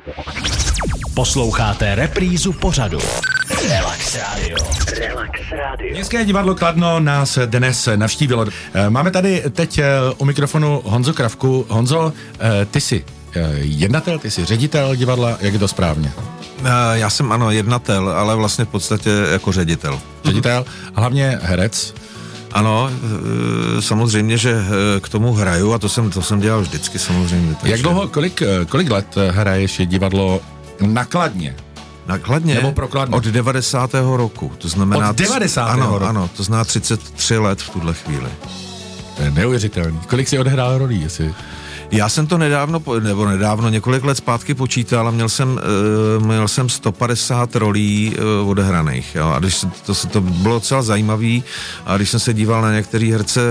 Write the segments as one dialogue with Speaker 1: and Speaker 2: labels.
Speaker 1: Posloucháte reprízu pořadu Relax Radio. Městské divadlo Kladno nás dnes navštívilo. Máme tady teď u mikrofonu Honzu Kravku. Honzo, ty jsi jednatel, ty jsi ředitel divadla, jak je to správně?
Speaker 2: Já jsem ano jednatel, ale vlastně v podstatě jako ředitel.
Speaker 1: Ředitel a hlavně herec.
Speaker 2: Ano, samozřejmě, že k tomu hraju a to jsem dělal vždycky samozřejmě. Takže...
Speaker 1: Jak dlouho, kolik let hraješ divadlo na Kladně?
Speaker 2: Na Kladně?
Speaker 1: Nebo pro Kladno?
Speaker 2: Od 90. roku. To znamená...
Speaker 1: Od 90. roku?
Speaker 2: Ano, to znamená 33 let v tuhle chvíli.
Speaker 1: To je neuvěřitelný. Kolik jsi odehrál rolí, jestli...
Speaker 2: Já jsem to nedávno, několik let zpátky počítal a měl jsem 150 rolí odehraných. Jo? A když to bylo docela zajímavý a když jsem se díval na některé herce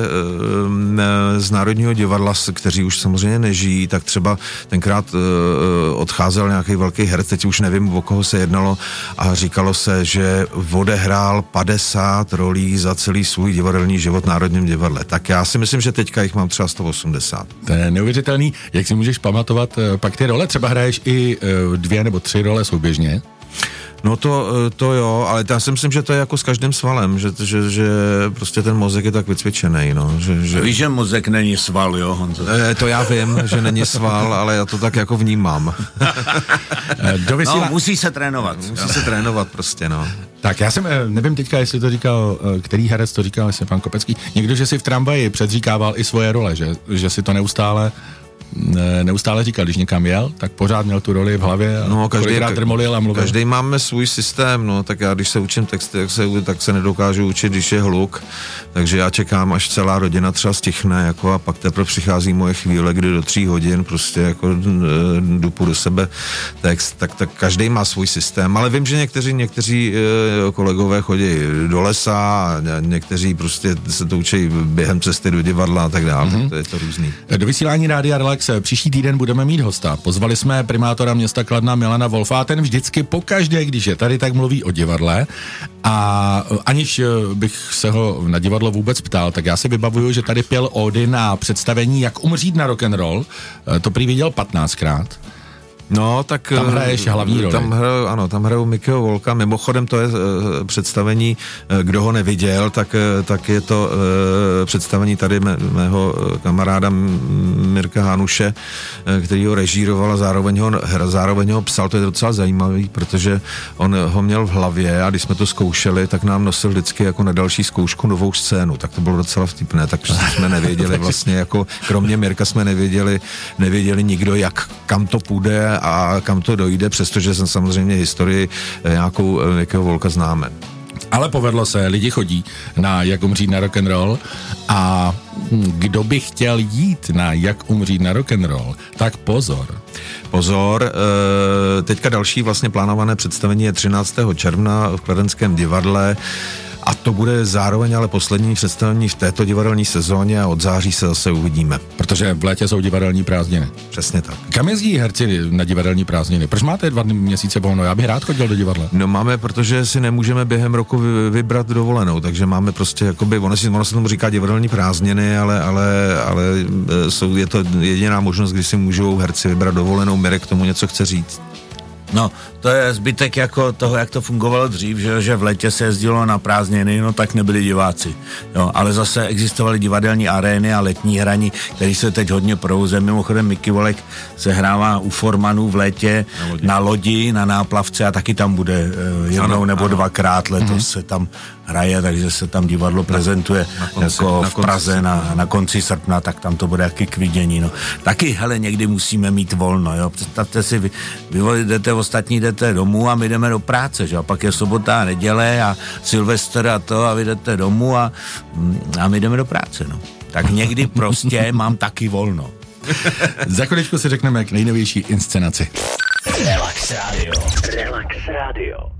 Speaker 2: z Národního divadla, kteří už samozřejmě nežijí, tak třeba tenkrát odcházel nějaký velký herec, teď už nevím, o koho se jednalo a říkalo se, že odehrál 50 rolí za celý svůj divadelní život v Národním divadle. Tak já si myslím, že teďka jich mám třeba 180.
Speaker 1: To je neuvěřitelný. Jak si můžeš pamatovat pak ty role? Třeba hraješ i 2 nebo 3 role souběžně?
Speaker 2: No to jo, ale já si myslím, že to je jako s každým svalem, že prostě ten mozek je tak vycvičený, no.
Speaker 3: Víš, že mozek není sval, jo, Honzo?
Speaker 2: To já vím, že není sval, ale já to tak jako vnímám.
Speaker 3: No, musí se trénovat.
Speaker 2: Musí se trénovat prostě, no.
Speaker 1: Tak já jsem, nevím teďka, jestli to říkal, který herec to říkal, jestli pan Kopecký, někdo, že si v tramvaji předříkával i svoje role, že si to neustále říkal, když někam jel, tak pořád měl tu roli v hlavě a kolikrát drmolil a mluvil.
Speaker 2: Každý máme svůj systém, no, tak já když se učím texty, tak se nedokážu učit, když je hluk, takže já čekám, až celá rodina třeba stichne, jako, a pak teprve přichází moje chvíle, kdy do 3 hodin prostě jako dupu do sebe text, tak každý má svůj systém, ale vím, že někteří kolegové chodí do lesa a někteří prostě se to učí během cesty do divadla a tak dále, to je to různý.
Speaker 1: Do vysílání Rádia Relax příští týden budeme mít hosta. Pozvali jsme primátora města Kladna Milana Wolfa a ten vždycky pokaždé, když je tady, tak mluví o divadle a aniž bych se ho na divadlo vůbec ptal, tak já si vybavuju, že tady pěl ódy na představení Jak umřít na rock'n'roll. To prý viděl 15krát.
Speaker 2: No, tak...
Speaker 1: Tam hraješ hlavní roli.
Speaker 2: Tam hraju Mickeyho Volka. Mimochodem to je představení, kdo ho neviděl, tak je to představení tady mého kamaráda Mirka Hanuše, který ho režíroval a zároveň ho psal. To je docela zajímavý, protože on ho měl v hlavě a když jsme to zkoušeli, tak nám nosil vždycky jako na další zkoušku novou scénu. Tak to bylo docela vtipné, takže jsme nevěděli vlastně, jako kromě Mirka jsme nevěděli nikdo, kam to půjde a kam to dojde, přestože jsem samozřejmě historii nějakou Mickeyho Volka známe.
Speaker 1: Ale povedlo se, lidi chodí na Jak umřít na rock'n'roll a kdo by chtěl jít na Jak umřít na rock'n'roll, tak pozor, teďka další vlastně plánované představení je 13. června v Kladenském divadle. A to bude zároveň ale poslední představení v této divadelní sezóně a od září se zase uvidíme. Protože v létě jsou divadelní prázdniny.
Speaker 2: Přesně tak.
Speaker 1: Kam jezdí herci na divadelní prázdniny? Proč máte 2 měsíce volno? Já bych rád chodil do divadla.
Speaker 2: No máme, protože si nemůžeme během roku vybrat dovolenou, takže máme prostě jakoby, ono se tomu říká divadelní prázdniny, ale je to jediná možnost, kdy si můžou herci vybrat dovolenou. Mirek k tomu něco chce říct.
Speaker 3: No, to je zbytek jako toho, jak to fungovalo dřív, že v létě se jezdilo na prázdniny, no tak nebyli diváci. Jo, ale zase existovaly divadelní arény a letní hraní, které se teď hodně provozuje. Mimochodem Mickey Volek se hrává u Formanů v létě na lodi, na náplavce a taky tam bude jednou nebo 2krát letos se tam hraje, takže se tam divadlo prezentuje jako v Praze na konci srpna, tak tam to bude jaký k vidění. No. Taky, hele, někdy musíme mít volno, jo. Představte si, vy jdete, ostatní jdete domů a my jdeme do práce, že? A pak je sobota a neděle a Silvestr a to a vy jdete domů a my jdeme do práce, no. Tak někdy prostě mám taky volno.
Speaker 1: Za chviličku si řekneme k nejnovější inscenaci.
Speaker 4: Relax Radio.